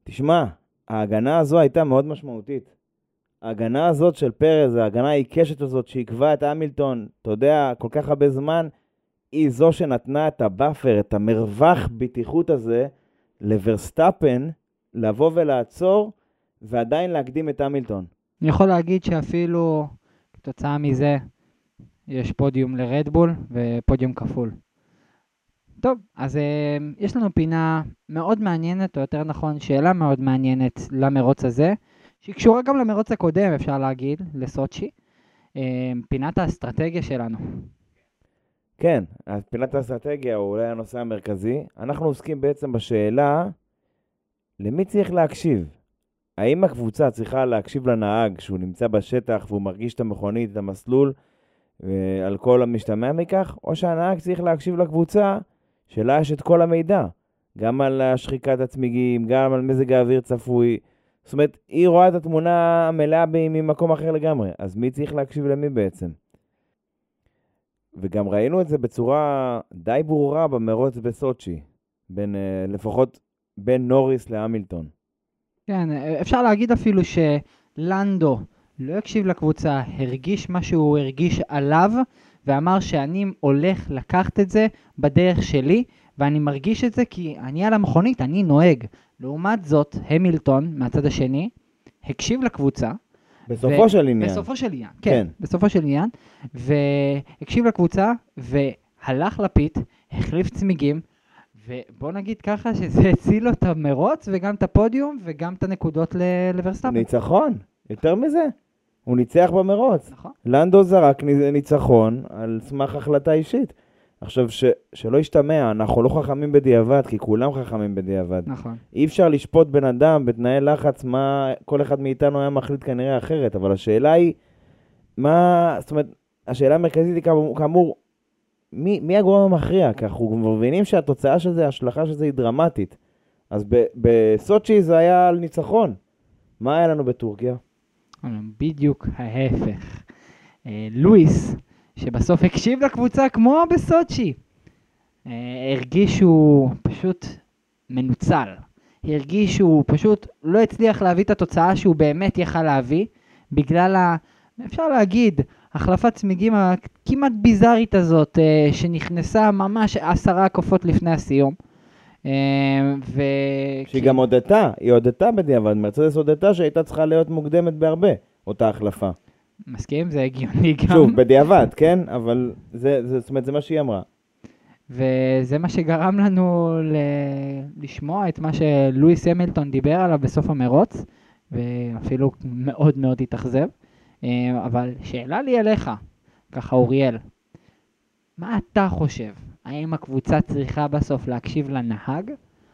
תשמע, ההגנה הזו הייתה מאוד משמעותית. ההגנה הזאת של פרז, ההגנה העיקשת הזאת שעקבה את המילטון, אתה יודע, כל כך הרבה זמן, היא זו שנתנה את הבאפר, את המרווח בטיחות הזה, לוורסטאפן, לבוא ולעצור, ועדיין להקדים את המילטון. אני יכול להגיד שאפילו כתוצאה מזה, יש פודיום לרדבול ופודיום כפול. טוב, אז uh, יש לנו פינה מאוד מעניינת, או יותר נכון, שאלה מאוד מעניינת למרוץ הזה, שהיא קשורה גם למרוץ הקודם, אפשר להגיד, לסוצ'י. Uh, פינת האסטרטגיה שלנו. כן, אז פינת האסטרטגיה הוא אולי הנושא המרכזי. אנחנו עוסקים בעצם בשאלה, למי צריך להקשיב? האם הקבוצה צריכה להקשיב לנהג שהוא נמצא בשטח והוא מרגיש את המכונית, את המסלול, על כל המשתמע מכך, או שהנהג צריך להקשיב לקבוצה שלה יש את כל המידע, גם על השחיקת הצמיגים, גם על מזג האוויר צפוי. זאת אומרת, היא רואה את התמונה המלאה ממקום אחר לגמרי, אז מי צריך להקשיב למי בעצם? וגם ראינו את זה בצורה די ברורה במרוץ בסוצ'י, בין, לפחות בין נוריס להמילטון. כן, אפשר להגיד אפילו שלנדו לא הקשיב לקבוצה, הרגיש מה שהוא הרגיש עליו, ואמר שאני הולך לקחת את זה בדרך שלי, ואני מרגיש את זה כי אני על המכונית, אני נוהג. לעומת זאת, המילטון, מהצד השני, הקשיב לקבוצה. בסופו ו- של עניין. בסופו של עניין, כן, כן. בסופו של עניין, והקשיב לקבוצה, והלך לפית, החליף צמיגים, ובוא נגיד ככה שזה הציל לו את המרוץ, וגם את הפודיום, וגם את הנקודות לוורסטאפן. ניצחון, יותר מזה. הוא ניצח במרוץ. נכון. לנדו זרק ניצחון על סמך החלטה אישית. עכשיו, ש, שלא ישתמע, אנחנו לא חכמים בדיעבד, כי כולם חכמים בדיעבד. נכון. אי אפשר לשפוט בן אדם בתנאי לחץ, מה כל אחד מאיתנו היה מחליט כנראה אחרת, אבל השאלה היא, מה, זאת אומרת, השאלה המרכזית היא כאמור, כאמור מי, מי הגורם המכריע? כי אנחנו מבינים שהתוצאה של זה, ההשלכה של זה היא דרמטית. אז ב, בסוצ'י זה היה על ניצחון. מה היה לנו בטורקיה? בדיוק ההפך. לואיס, שבסוף הקשיב לקבוצה כמו בסוצ'י, הרגיש שהוא פשוט מנוצל. הרגיש שהוא פשוט לא הצליח להביא את התוצאה שהוא באמת יכל להביא, בגלל, ה, אפשר להגיד, החלפת צמיגים הכמעט ביזארית הזאת, שנכנסה ממש עשרה הקופות לפני הסיום. ו... שהיא גם הודתה, היא הודתה בדיעבד, מרצדס הודתה שהייתה צריכה להיות מוקדמת בהרבה, אותה החלפה. מסכים? זה הגיוני גם. שוב, בדיעבד, כן? אבל זה, זה, זאת אומרת, זה מה שהיא אמרה. וזה מה שגרם לנו ל... לשמוע את מה שלואיס המילטון דיבר עליו בסוף המרוץ, ואפילו מאוד מאוד התאכזב. אבל שאלה לי אליך, ככה אוריאל, מה אתה חושב? האם הקבוצה צריכה בסוף להקשיב לנהג,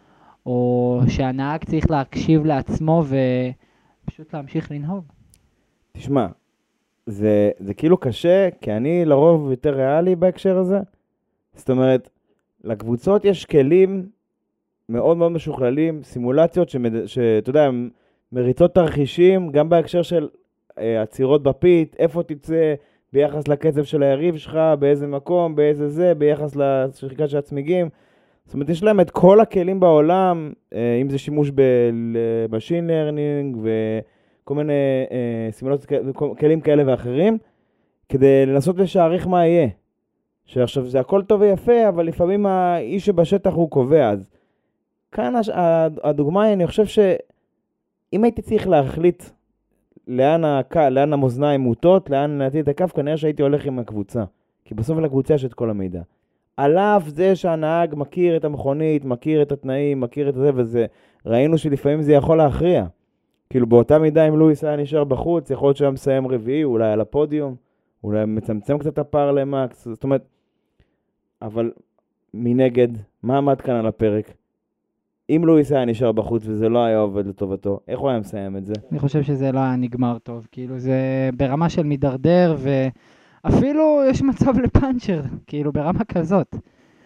או שהנהג צריך להקשיב לעצמו ופשוט להמשיך לנהוג? תשמע, זה, זה כאילו קשה, כי אני לרוב יותר ריאלי בהקשר הזה. זאת אומרת, לקבוצות יש כלים מאוד מאוד משוכללים, סימולציות שמד... שאתה יודע, מריצות תרחישים, גם בהקשר של אה, עצירות בפית, איפה תצא ביחס לקצב של היריב שלך, באיזה מקום, באיזה זה, ביחס לשחיקה של הצמיגים. זאת אומרת, יש להם את כל הכלים בעולם, אה, אם זה שימוש ב-machine learning וכל מיני אה, סימולציות, כלים כאלה ואחרים, כדי לנסות לשעריך מה יהיה. שעכשיו זה הכל טוב ויפה, אבל לפעמים האיש שבשטח הוא קובע. אז כאן הדוגמה היא, אני חושב שאם הייתי צריך להחליט לאן, הק... לאן המאזניים מוטות, לאן נעתיד את הקו, כנראה שהייתי הולך עם הקבוצה. כי בסוף לקבוצה יש את כל המידע. על אף זה שהנהג מכיר את המכונית, מכיר את התנאים, מכיר את זה וזה, ראינו שלפעמים זה יכול להכריע. כאילו באותה מידה אם לואיס היה נשאר בחוץ, יכול להיות שהוא מסיים רביעי, אולי על הפודיום, אולי מצמצם קצת הפער למקס, זאת אומרת, אבל מנגד, מה עמד כאן על הפרק? אם לואיס היה נשאר בחוץ וזה לא היה עובד לטובתו, איך הוא היה מסיים את זה? אני חושב שזה לא היה נגמר טוב, כאילו זה ברמה של מדרדר, ואפילו יש מצב לפאנצ'ר, כאילו ברמה כזאת.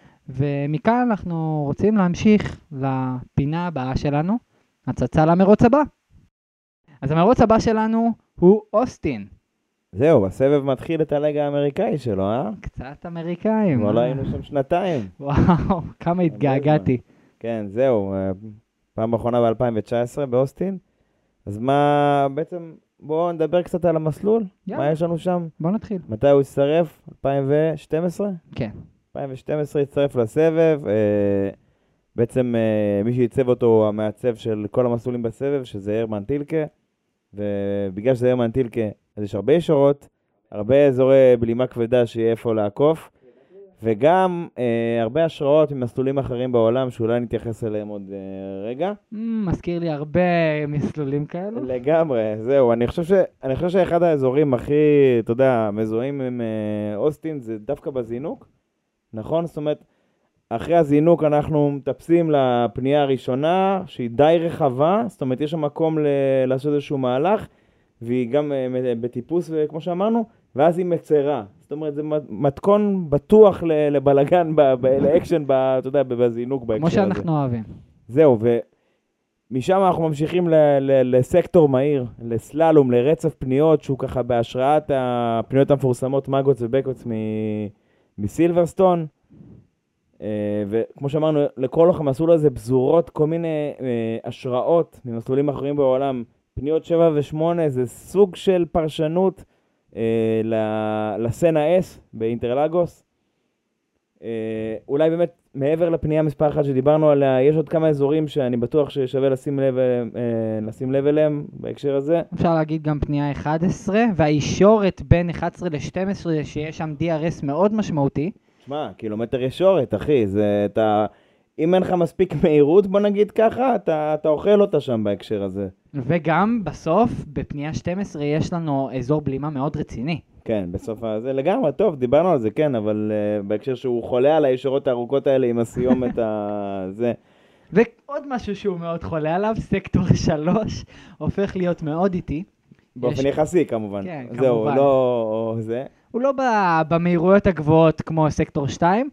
ומכאן אנחנו רוצים להמשיך לפינה הבאה שלנו, הצצה למרוץ הבא. אז המרוץ הבא שלנו הוא אוסטין. זהו, הסבב מתחיל את הליגה האמריקאי שלו, אה? קצת אמריקאים. אבל היינו שם שנתיים. וואו, כמה התגעגעתי. כן, זהו. פעם האחרונה ב-אלפיים תשע עשרה באוסטין. אז מה, בעצם, בואו נדבר קצת על המסלול. יאללה. מה יש לנו שם? בוא נתחיל. מתי הוא הצטרף? אלפיים ושתים עשרה? כן. אלפיים ושתים עשרה הצטרף לסבב. אה, בעצם אה, מי שייצב אותו הוא המעצב של כל המסלולים בסבב, שזה הרמן טילקה. ובגלל שזה הרמן טילקה, אז יש הרבה ישורות, הרבה אזורי בלימה כבדה שיהיה איפה לעקוף. וגם אה, הרבה השראות ממסלולים אחרים בעולם, שאולי נתייחס אליהם עוד אה, רגע. Mm, מזכיר לי הרבה מסלולים כאלו. לגמרי, זהו. אני חושב, ש... אני חושב שאחד האזורים הכי, אתה יודע, מזוהים עם אה, אוסטין, זה דווקא בזינוק. נכון? זאת אומרת, אחרי הזינוק אנחנו מטפסים לפנייה הראשונה, שהיא די רחבה, זאת אומרת, יש שם מקום ל... לעשות איזשהו מהלך, והיא גם אה, בטיפוס, כמו שאמרנו, ואז היא מצרה. זאת אומרת, זה מתכון בטוח לבלגן, לאקשן, אתה יודע, בזינוק בהקשר הזה. כמו שאנחנו אוהבים. זהו, ומשם אנחנו ממשיכים לסקטור מהיר, לסללום, לרצף פניות, שהוא ככה בהשראת הפניות המפורסמות מגוץ ובקוץ מסילברסטון. וכמו שאמרנו, לכל המסלול הזה בזורות כל מיני השראות ממסלולים אחרים בעולם. פניות שבע ושמונה זה סוג של פרשנות לסנה S באינטרלגוס. אולי באמת מעבר לפנייה מספר אחת שדיברנו עליה, יש עוד כמה אזורים שאני בטוח ששווה לשים לב, לשים לב אליהם בהקשר הזה. אפשר להגיד גם פנייה אחת עשרה, והישורת בין אחת עשרה ל-שתים עשרה שיש שם די אר אס מאוד משמעותי. תשמע, קילומטר ישורת, אחי, זה אתה... אם אין לך מספיק מהירות, בוא נגיד ככה, אתה, אתה אוכל אותה שם בהקשר הזה. וגם בסוף, בפנייה שתים עשרה יש לנו אזור בלימה מאוד רציני. כן, בסוף הזה לגמרי, טוב, דיברנו על זה, כן, אבל uh, בהקשר שהוא חולה על הישורות הארוכות האלה עם הסיומת הזה. ועוד משהו שהוא מאוד חולה עליו, סקטור שלוש, הופך להיות מאוד איטי. באופן יש... יחסי, כמובן. כן, זהו, כמובן. לא זה. הוא לא במהירויות הגבוהות כמו סקטור שתיים,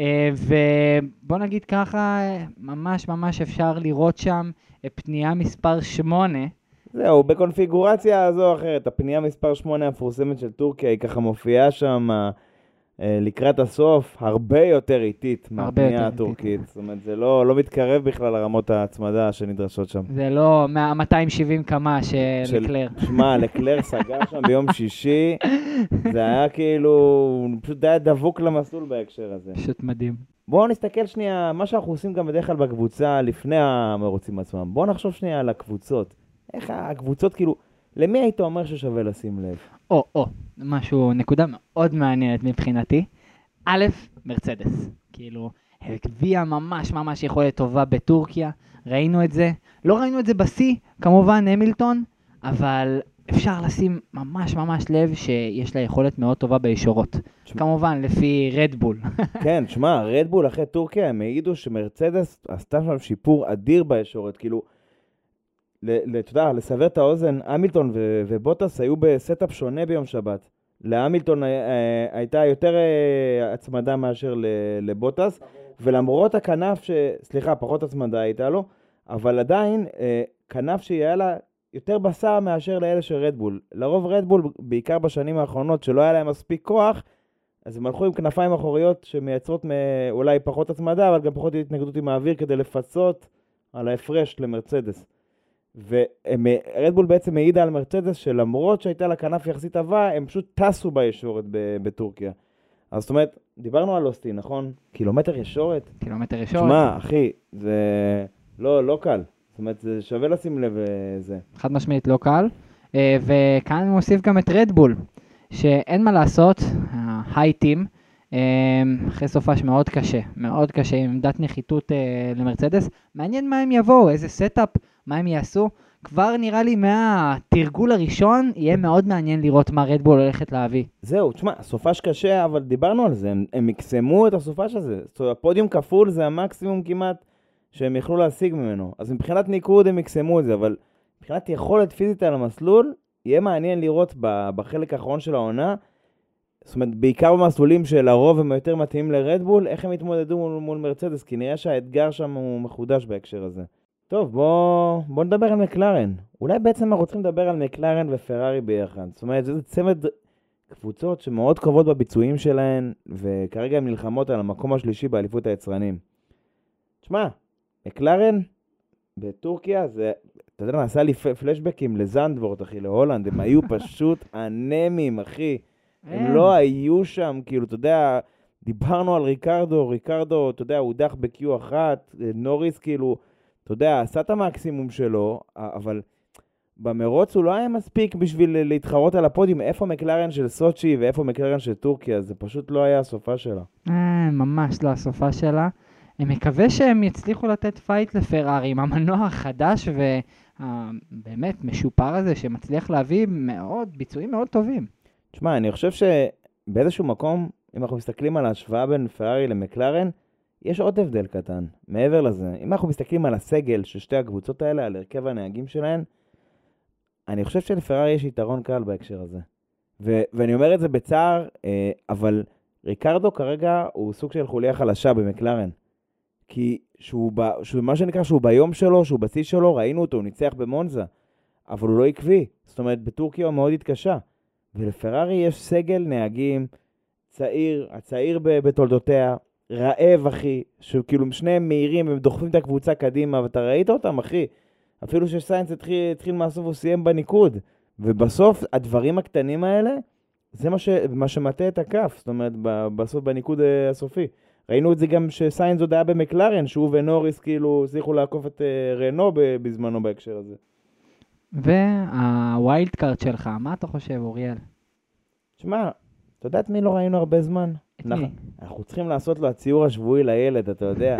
ובוא נגיד ככה, ממש ממש אפשר לראות שם פנייה מספר שמונה. זהו, בקונפיגורציה הזו או אחרת, הפנייה מספר שמונה המפורסמת של טורקיה, היא ככה מופיעה שם לקראת הסוף, הרבה יותר איטית מהפנייה הטורקית. זאת אומרת, זה לא, לא מתקרב בכלל לרמות ההצמדה שנדרשות שם. זה לא מה-מאתיים שבעים קמה של לקלר. שמע, לקלר סגר שם ביום שישי, זה היה כאילו, פשוט היה דבוק למסלול בהקשר הזה. פשוט מדהים. בואו נסתכל שנייה, מה שאנחנו עושים גם בדרך כלל בקבוצה לפני המרוצים עצמם. בואו נחשוב שנייה על הקבוצות. איך הקבוצות, כאילו, למי היית אומר ששווה לשים לב? או, או, משהו, נקודה מאוד מעניינת מבחינתי. א', מרצדס. כאילו, הביאה ממש ממש יכולת טובה בטורקיה, ראינו את זה. לא ראינו את זה בסי, כמובן, המילטון, אבל אפשר לשים ממש ממש לב שיש לה יכולת מאוד טובה בישורות. שמה. כמובן, לפי רדבול. כן, שמע, רדבול אחרי טורקיה, הם העידו שמרצדס עשתה שם שיפור אדיר בישורת, כאילו, אתה יודע, לסבר את האוזן, המילטון ו- ובוטס היו בסטאפ שונה ביום שבת. להמילטון הייתה יותר הצמדה מאשר לבוטס, ולמרות הכנף, ש... סליחה, פחות הצמדה הייתה לו, אבל עדיין כנף שהיה לה יותר בשר מאשר לאלה של רדבול. לרוב רדבול, בעיקר בשנים האחרונות, שלא היה להם מספיק כוח, אז הם הלכו עם כנפיים אחוריות שמייצרות אולי פחות הצמדה, אבל גם פחות התנגדות עם האוויר כדי לפצות על ההפרש למרצדס. ורדבול בעצם העידה על מרצדס שלמרות שהייתה לה כנף יחסית טובה, הם פשוט טסו בישורת בטורקיה. אז זאת אומרת, דיברנו על אוסטין, נכון? קילומטר ישורת? קילומטר ישורת. שמע, אחי, זה לא, לא קל. זאת אומרת, זה שווה לשים לב זה. חד משמעית לא קל. וכאן אני מוסיף גם את רדבול, שאין מה לעשות, ההייטים, אחרי סופש מאוד קשה, מאוד קשה, עם עמדת נחיתות למרצדס. מעניין מה הם יבואו, איזה סטאפ, מה הם יעשו. כבר נראה לי מהתרגול הראשון יהיה מאוד מעניין לראות מה רדבול הולכת להביא. זהו, תשמע, סופש קשה, אבל דיברנו על זה, הם, הם יקסמו את הסופש הזה. זאת אומרת, הפודיום כפול זה המקסימום כמעט שהם יכלו להשיג ממנו. אז מבחינת ניקוד הם יקסמו את זה, אבל מבחינת יכולת פיזית על המסלול, יהיה מעניין לראות בחלק האחרון של העונה, זאת אומרת, בעיקר במסלולים שלרוב הם יותר מתאימים לרדבול, איך הם יתמודדו מול, מול מרצדס, כי נראה שהאתגר שם הוא מחודש בהקשר הזה. טוב, בוא, בוא נדבר על מקלרן. אולי בעצם אנחנו צריכים לדבר על מקלרן ופרארי ביחד. זאת אומרת, זה צמד קבוצות שמאוד קרובות בביצועים שלהן, וכרגע הן נלחמות על המקום השלישי באליפות היצרנים. תשמע, מקלרן בטורקיה זה, אתה יודע, נעשה לי פלשבקים לזנדבורט, אחי, להולנד, הם היו פשוט אנמים, אחי. הם לא היו שם, כאילו, אתה יודע, דיברנו על ריקרדו, ריקרדו, אתה יודע, הוא דח ב-Q אחת, נוריס, כאילו, אתה יודע, עשה את המקסימום שלו, אבל במרוץ הוא לא היה מספיק בשביל להתחרות על הפודיום, איפה מקלרן של סוצ'י ואיפה מקלרן של טורקיה, זה פשוט לא היה הסופה שלה. אה, ממש לא הסופה שלה. אני מקווה שהם יצליחו לתת פייט לפרארי עם המנוע החדש ובאמת משופר הזה שמצליח להביא מאוד, ביצועים מאוד טובים. תשמע, אני חושב שבאיזשהו מקום, אם אנחנו מסתכלים על ההשוואה בין פרארי למקלרן, יש עוד הבדל קטן. מעבר לזה, אם אנחנו מסתכלים על הסגל של שתי הקבוצות האלה, על הרכב הנהגים שלהן, אני חושב שלפרארי יש יתרון קל בהקשר הזה. ו- ואני אומר את זה בצער, אה, אבל ריקרדו כרגע הוא סוג של חוליה חלשה במקלרן. כי שהוא, ב- שהוא מה שנקרא שהוא ביום שלו, שהוא בשיא שלו, ראינו אותו, הוא ניצח במונזה, אבל הוא לא עקבי. זאת אומרת, בטורקיה הוא מאוד התקשה. ולפרארי יש סגל נהגים צעיר, הצעיר ב- בתולדותיה, רעב, אחי, שכאילו שניהם מהירים, הם דוחפים את הקבוצה קדימה, ואתה ראית אותם, אחי. אפילו שסיינס התחיל, התחיל מהסוף, הוא סיים בניקוד. ובסוף, הדברים הקטנים האלה, זה מה, ש, מה שמטה את הכף, זאת אומרת, בסוף בניקוד הסופי. ראינו את זה גם שסיינס עוד היה במקלרן, שהוא ונוריס כאילו הצליחו לעקוף את רנו בזמנו בהקשר הזה. והווילד קארט שלך, מה אתה חושב, אוריאל? תשמע, אתה יודע את מי לא ראינו הרבה זמן? את מי? אנחנו צריכים לעשות לו הציור השבועי לילד, אתה יודע.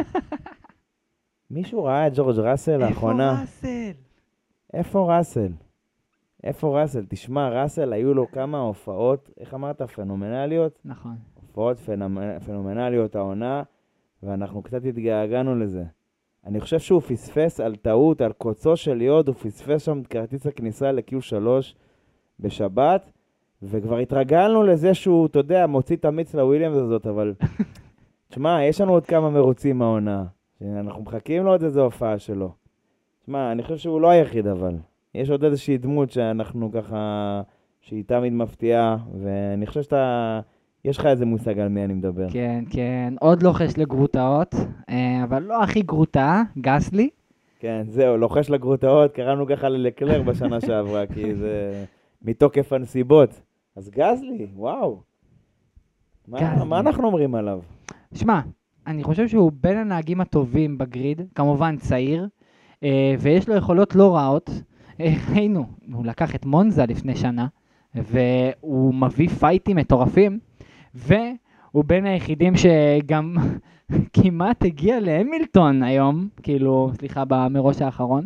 מישהו ראה את ג'ורג' ראסל לאחרונה? איפה ראסל? איפה ראסל? איפה ראסל? תשמע, ראסל היו לו כמה הופעות, איך אמרת? פנומנליות? נכון. הופעות פנומנליות העונה, ואנחנו קצת התגעגענו לזה. אני חושב שהוא פספס על טעות, על קוצו של יוד, הוא פספס שם את כרטיס הכניסה ל-Q שלוש בשבת, וכבר התרגלנו לזה שהוא, אתה יודע, מוציא את המיץ לוויליאמס הזאת, אבל תשמע, יש לנו עוד כמה מרוצים מהעונה, אנחנו מחכים לו עוד איזו הופעה שלו. תשמע, אני חושב שהוא לא היחיד, אבל יש עוד איזושהי דמות שאנחנו ככה, שהיא תמיד מפתיעה, ואני חושב שאתה, יש לך איזה מושג על מי אני מדבר. כן, כן, עוד לוחש לגרוטאות, אבל לא הכי גרוטה, גסלי. כן, זהו, לוחש לגרוטאות, קראנו ככה ללקלר בשנה שעברה, כי זה מתוקף הנסיבות. אז גזלי, וואו. מה, מה אנחנו אומרים עליו? שמע, אני חושב שהוא בין הנהגים הטובים בגריד, כמובן צעיר, ויש לו יכולות לא רעות. ראינו, הוא לקח את מונזה לפני שנה, והוא מביא פייטים מטורפים, והוא בין היחידים שגם כמעט הגיע להמילטון היום, כאילו, סליחה, במרוץ האחרון,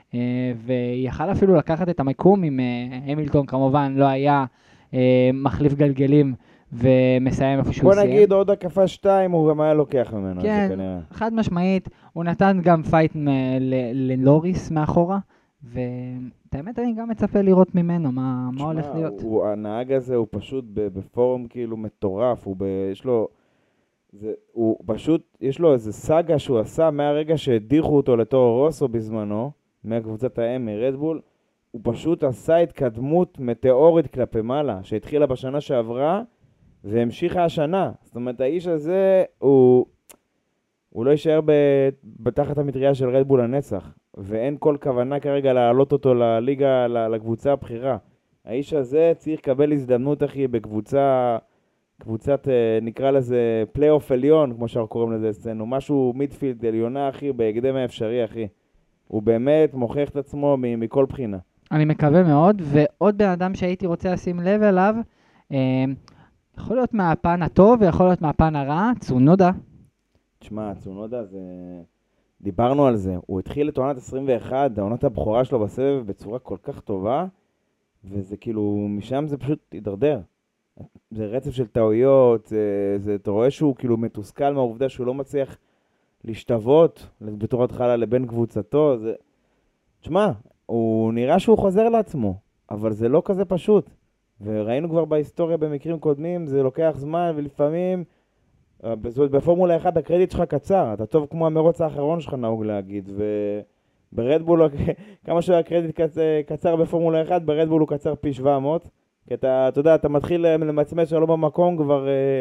ויכל אפילו לקחת את המיקום עם המילטון, כמובן לא היה מחליף גלגלים ומסיים איפה שהוא סיים. בוא נגיד עוד הקפה שתיים, הוא גם היה לוקח ממנו, כן, זה כנראה. חד משמעית, הוא נתן גם פייט ללוריס מאחורה, ואת האמת אני גם מצפה לראות ממנו מה, מה הולך להיות. הוא, הנהג הזה הוא פשוט בפורום כאילו מטורף, הוא ב, יש לו, זה, הוא פשוט, יש לו איזה סאגה שהוא עשה מהרגע שהדיחו אותו לתור רוסו בזמנו, מהקבוצת האם רדבול, הוא פשוט עשה התקדמות מטאורית כלפי מעלה, שהתחילה בשנה שעברה, והמשיכה השנה. זאת אומרת, האיש הזה, הוא, הוא לא יישאר בתחת המטריה של רדבול הנצח, ואין כל כוונה כרגע להעלות אותו לליגה, לקבוצה הבחירה. האיש הזה צריך לקבל הזדמנות, אחי, בקבוצה, קבוצת, נקרא לזה, פלייאוף עליון, כמו שאנחנו קוראים לזה אצלנו, משהו מידפילד עליונה, אחי, בהקדם האפשרי, אחי. הוא באמת מוכיח את עצמו מכל בחינה. אני מקווה מאוד, ועוד בן אדם שהייתי רוצה לשים לב אליו, אה, יכול להיות מהפן הטוב ויכול להיות מהפן הרע, צונודה. תשמע, צונודה זה... דיברנו על זה, הוא התחיל את עונת עשרים ואחת, העונת הבכורה שלו בסבב בצורה כל כך טובה, וזה כאילו, משם זה פשוט הידרדר. זה רצף של טעויות, זה, זה, אתה רואה שהוא כאילו מתוסכל מהעובדה שהוא לא מצליח להשתוות בתור התחלה לבין קבוצתו. זה... תשמע, הוא נראה שהוא חוזר לעצמו, אבל זה לא כזה פשוט. וראינו כבר בהיסטוריה במקרים קודמים, זה לוקח זמן ולפעמים... בפורמולה אחת הקרדיט שלך קצר, אתה טוב כמו המרוץ האחרון שלך נהוג להגיד, וברדבול, כמה שהקרדיט קצר בפורמולה אחת, ברדבול הוא קצר פי שבע מאות, כי אתה, אתה יודע, אתה מתחיל למצמץ שלא במקום, כבר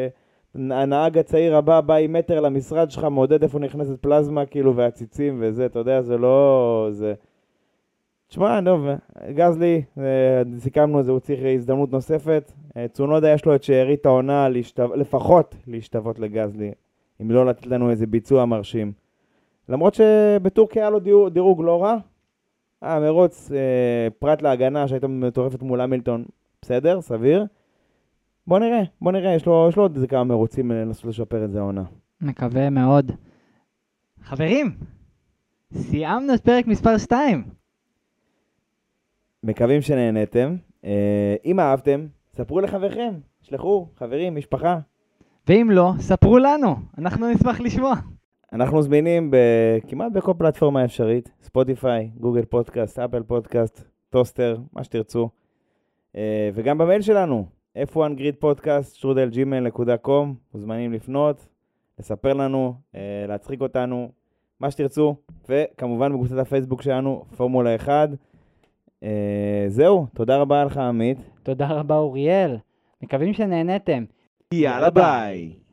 הנהג הצעיר הבא בא עם מטר למשרד שלך, מודד איפה נכנסת פלזמה, כאילו, והציצים וזה, אתה יודע, זה לא... זה... תשמע, טוב, גזלי, סיכמנו את זה, הוא צריך הזדמנות נוספת. צונודה יש לו את שארית העונה, להשתו... לפחות להשתוות לגזלי, אם לא לתת לנו איזה ביצוע מרשים. למרות שבטורקיה היה לו דירוג, דירוג לא רע, אה, מרוץ אה, פרט להגנה שהייתה מטורפת מול המילטון, בסדר, סביר. בוא נראה, בוא נראה, יש לו, יש לו עוד איזה כמה מרוצים לנסות לשפר את זה העונה. מקווה מאוד. חברים, סיימנו את פרק מספר שתיים. מקווים שנהנתם. אה, אם אהבתם, ספרו לחבריכם, שלחו, חברים, משפחה. ואם לא, ספרו לנו, אנחנו נשמח לשמוע. אנחנו זמינים כמעט בכל פלטפורמה אפשרית, ספוטיפיי, גוגל פודקאסט, אפל פודקאסט, טוסטר, מה שתרצו. וגם במייל שלנו, אף וואן גריד פודקאסט שטרודל ג'ימייל נקודה קום, מוזמנים לפנות, לספר לנו, להצחיק אותנו, מה שתרצו. וכמובן בקבוצת הפייסבוק שלנו, פורמולה אחד. זהו, תודה רבה לך עמית. תודה רבה אוריאל, מקווים שנהנתם. יאללה ביי.